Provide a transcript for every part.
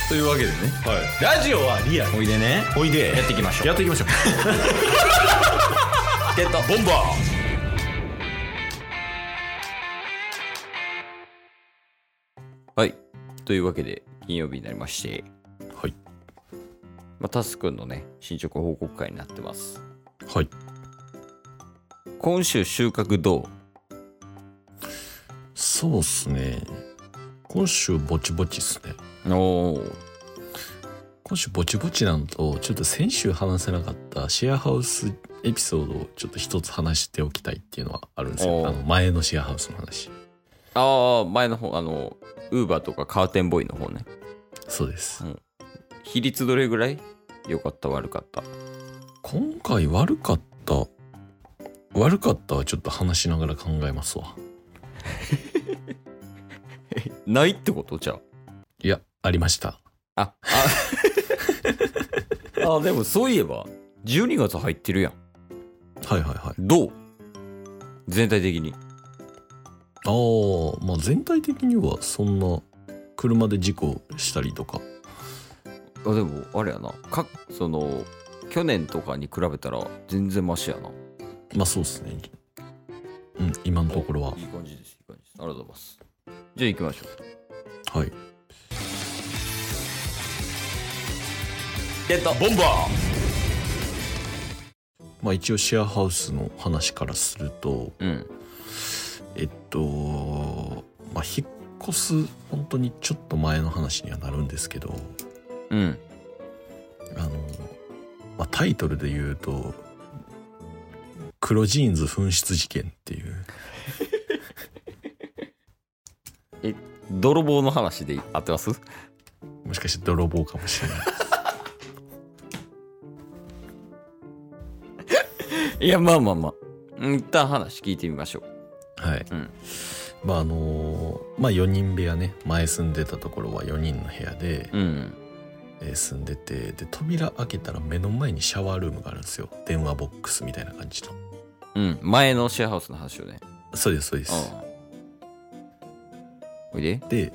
というわけでね、 はい、ラジオはリアル。 おいでね、 おいでやっていきましょう。 やっていきましょうゲットボンバー。はい、というわけで金曜日になりまして、 はい、 タスくんのね進捗報告会になってます。 はい。 今週収穫どう？ そうっすね、今週ぼちぼちっすね。 おー、 今週ぼちぼちなんと、ちょっと先週話せなかったシェアハウスエピソードをちょっと一つ話しておきたいっていうのはあるんですよ。前のシェアハウスの話。 前の方、ウーバーとかカーテンボーイの方ね。 そうです、 比率どれぐらい？良かった悪かった？ 今回悪かったはちょっと話しながら考えますわ。 ないってこと？じゃあいや、ありました。 でもそういえば12月入ってるやん。 はいはいはい。 どう？全体的に。 全体的にはそんな車で事故したりとか。 でもあれやな、去年とかに比べたら全然マシやな。 そうですね。今のところは。 いい感じです、いい感じです。ありがとうございます。じゃあ行きましょう。 はい。 ゲットボンバー。一応シェアハウスの話からすると、引っ越す本当にちょっと前の話にはなるんですけど、タイトルで言うと黒ジーンズ紛失事件っていう泥棒の話で合ってます？ もしかして泥棒かもしれない。 いや、一旦話聞いてみましょう。 はい。4人部屋ね、前住んでたところは4人の部屋で、住んでて、で扉開けたら目の前にシャワールームがあるんですよ。電話ボックスみたいな感じの。 前のシェアハウスの話よね。 そうですそうです。 おいで。 で、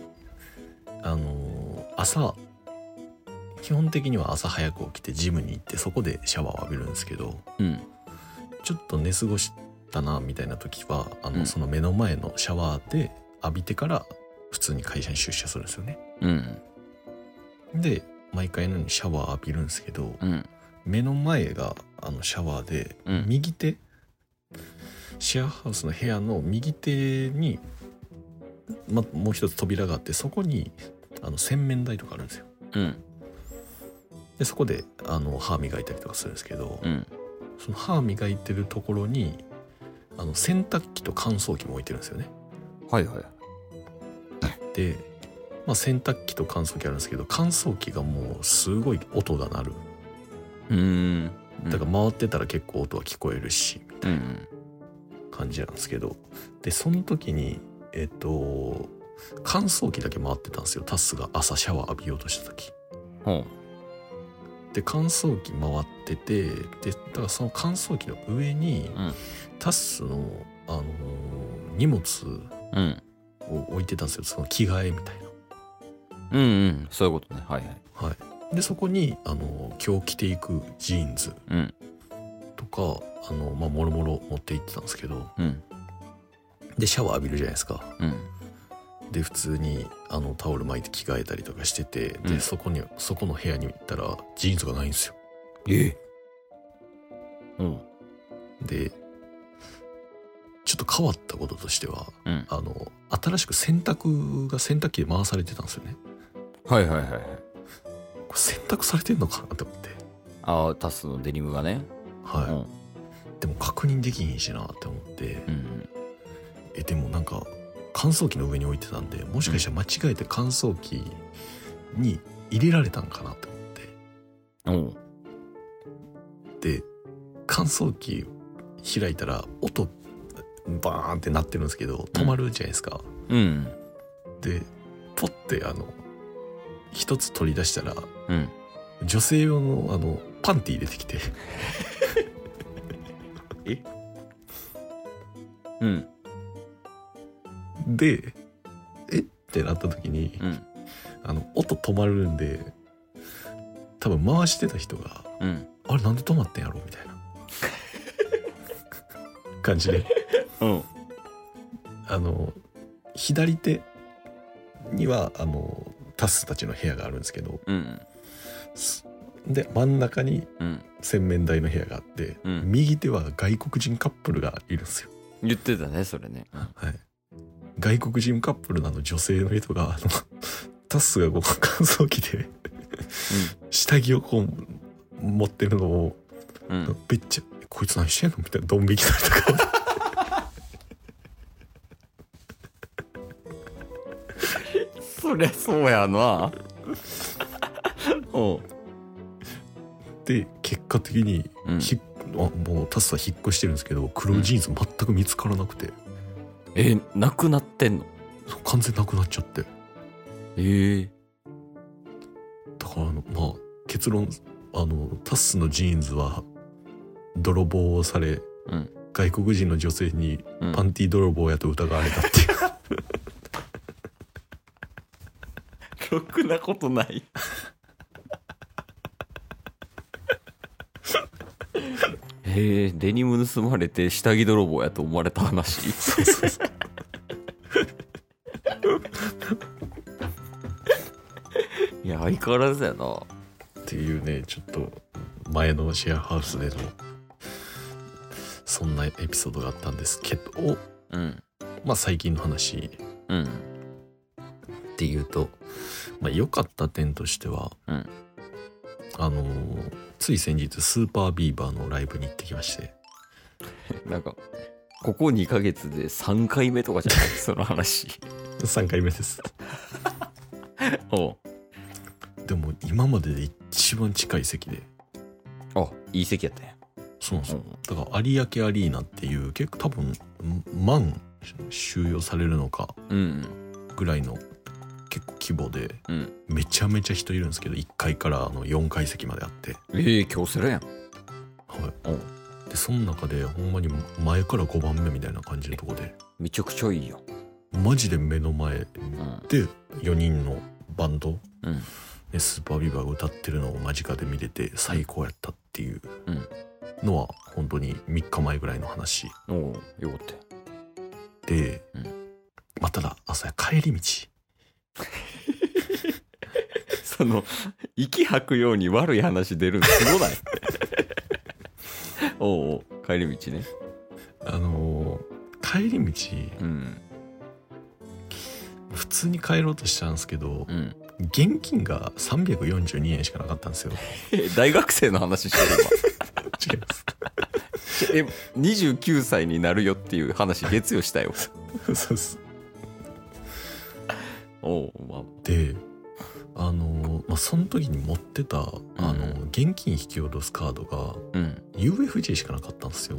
基本的には朝早く起きてジムに行ってそこでシャワーを浴びるんですけど、ちょっと寝過ごしたなみたいな時はその目の前のシャワーで浴びてから普通に会社に出社するんですよね。で毎回のようにシャワー浴びるんですけど、目の前がシャワーで、右手、シェアハウスの部屋の右手に、もう一つ扉があって、そこに洗面台とかあるんですよ。でそこで歯磨いたりとかするんですけど、その歯磨いてるところに洗濯機と乾燥機も置いてるんですよね。 はいはい。 で、洗濯機と乾燥機あるんですけど、乾燥機がもうすごい音が鳴る。だから回ってたら結構音は聞こえるしみたいな感じなんですけど、でその時に乾燥機だけ回ってたんですよ。タスが朝シャワー浴びようとした時。で乾燥機回ってて、でだからその乾燥機の上に、タスの荷物を置いてたんですよ。その着替えみたいな。 そういうことね。はいはい。 でそこに今日着ていくジーンズとか、もろもろ持って行ってたんですけど、でシャワー浴びるじゃないですか。で普通にタオル巻いて着替えたりとかしてて、でそこの部屋に行ったらジーンズがないんですよ。でちょっと変わったこととしては、新しく洗濯機で回されてたんですよね。これ洗濯されてんのかなって思って。 タスのデニムがね。 でも確認できひんしなって思って、でもなんか乾燥機の上に置いてたんで、もしかしたら間違えて乾燥機に入れられたんかなって思って、で乾燥機開いたら音バーンって鳴ってるんですけど止まるじゃないですか。でポッて一つ取り出したら、女性用のパンティー出てきてでってなった時に、 音止まるんで多分回してた人が、あれなんで止まってんやろみたいな感じで、左手にはタスたちの部屋があるんですけど、で真ん中に洗面台の部屋があって、右手は外国人カップルがいるんですよ。 言ってたねそれね、 はい、外国人カップルの女性の人がタスが乾燥機で下着をこう持ってるのを、めっちゃこいつ何してんのみたいなドン引きされたからそりゃそうやなで結果的にもうタスは引っ越してるんですけど黒ジーンズ全く見つからなくて、 なくなってんの？ 完全なくなっちゃって、だから結論タスのジーンズは泥棒をされ、外国人の女性にパンティ泥棒やと疑われたっていう、 ろくなことないデニム盗まれて下着泥棒やと思われた話そういや相変わらずやなっていうね、ちょっと前のシェアハウスでのそんなエピソードがあったんですけど、最近の話、っていうと、良かった点としては、つい先日スーパービーバーのライブに行ってきましてなんかここ2ヶ月で3回目とかじゃないその話 3回目ですでも今までで一番近い席で、 いい席やったんや。 そうなんですよ、だから有明アリーナっていう結構多分万収容されるのかぐらいの結構規模で、めちゃめちゃ人いるんですけど1階から4階席まであって、 京セラやん。 でその中でほんまに前から5番目みたいな感じのとこでめちゃくちゃいいよ。 マジで目の前で4人のバンド、スーパービーバーが歌ってるのを間近で見れて最高やったっていうのは本当に3日前ぐらいの話。 よかったで、ただ朝帰り道その息吐くように悪い話出るのすごない帰り道ね。 帰り道、普通に帰ろうとしたんですけど、現金が342円しかなかったんですよ大学生の話してるわ違います 29歳になるよっていう話月曜したよそうですでその時に持ってた現金引き下ろすカードが、UFJ しかなかったんですよ。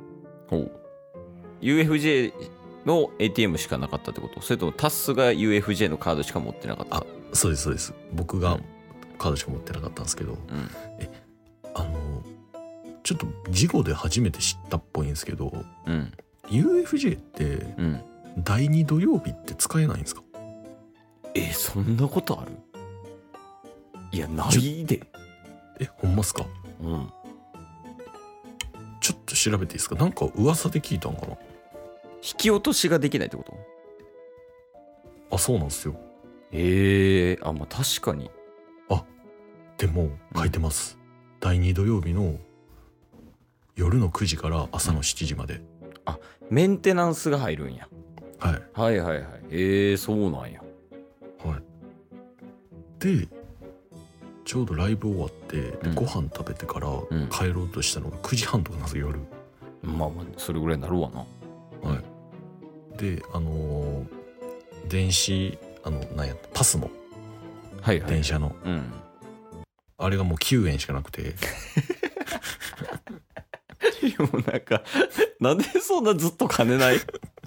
UFJ の ATM しかなかったってこと？それともタスが UFJ のカードしか持ってなかった？ そうですそうです。僕がカードしか持ってなかったんですけど、ちょっと事後で初めて知ったっぽいんですけど、UFJ って、第2土曜日って使えないんですか？ そんなことある？いやないで。 ほんまっすか？ちょっと調べていいですか？なんか噂で聞いたんかな。 引き落としができないってこと？ そうなんですよ。 確かに。 でも書いてます、第2土曜日の夜の9時から朝の7時まで、 メンテナンスが入るんや。 はいそうなんや。 でちょうどライブ終わって、ご飯食べてから帰ろうとしたのが9時半とかなんですよ、夜。 それぐらいになるわな。 で電子パスの電車の、あれがもう9円しかなくてでもなんでそんなずっと金ない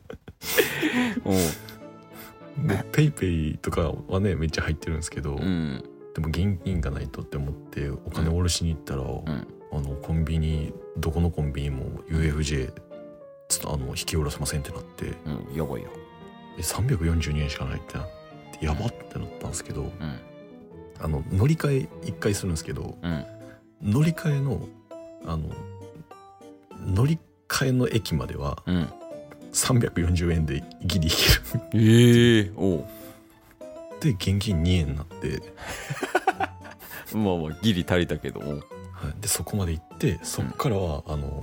ペイペイとかはねめっちゃ入ってるんですけど、でも現金がないとって思ってお金下ろしに行ったら、コンビニどこのコンビニも UFJ 引き下ろせませんってなって、 やばいよ。 342円しかないってなってってやばってなったんですけど、 うん乗り換え1回するんですけど、 うん乗り換えの乗り換えの駅まではうん 340円でギリ行けるおうで現金2円になって、 まあまあギリ足りたけども、 はい、でそこまで行ってそこからは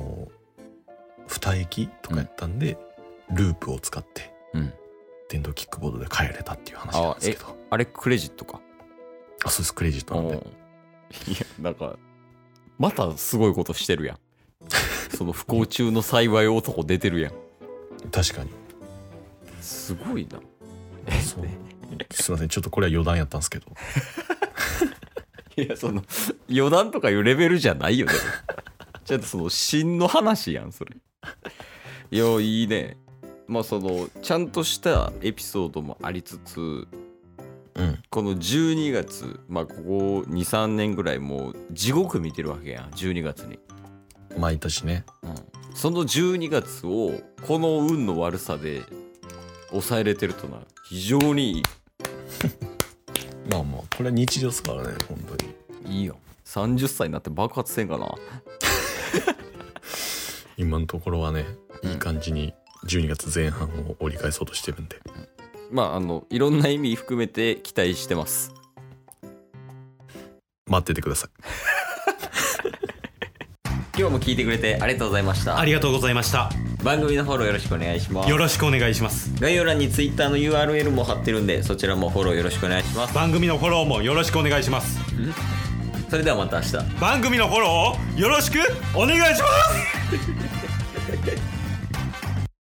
2駅とかやったんで、ループを使ってうん電動キックボードで帰れたっていう話なんですけど、 あれクレジットか。 あ、そうです、クレジットなんで。 いやなんかまたすごいことしてるやんその不幸中の幸い男出てるやん。 確かにすごいな。 そうすいません、ちょっとこれは余談やったんですけどいやその余談とかいうレベルじゃないよねちょっとその真の話やんそれ。いやいいね。まあそのちゃんとしたエピソードもありつつ、 うん、 この12月まあここ 2,3 年ぐらいもう地獄見てるわけやん12月に。 毎年ね、 その12月をこの運の悪さで抑えれてるとな非常にいいまあまあこれは日常ですからね、本当にいいよ。30歳になって爆発せんかな今のところはね、いい感じに12月前半を折り返そうとしてるんで、 まあいろんな意味含めて期待してます。 待っててください今日も聞いてくれてありがとうございました。 ありがとうございました。 番組のフォローよろしくお願いします。 よろしくお願いします。 概要欄に Twitter の URL も貼ってるんでそちらもフォローよろしくお願いします。 番組のフォローもよろしくお願いします。 それではまた明日。 番組のフォローをよろしくお願いします。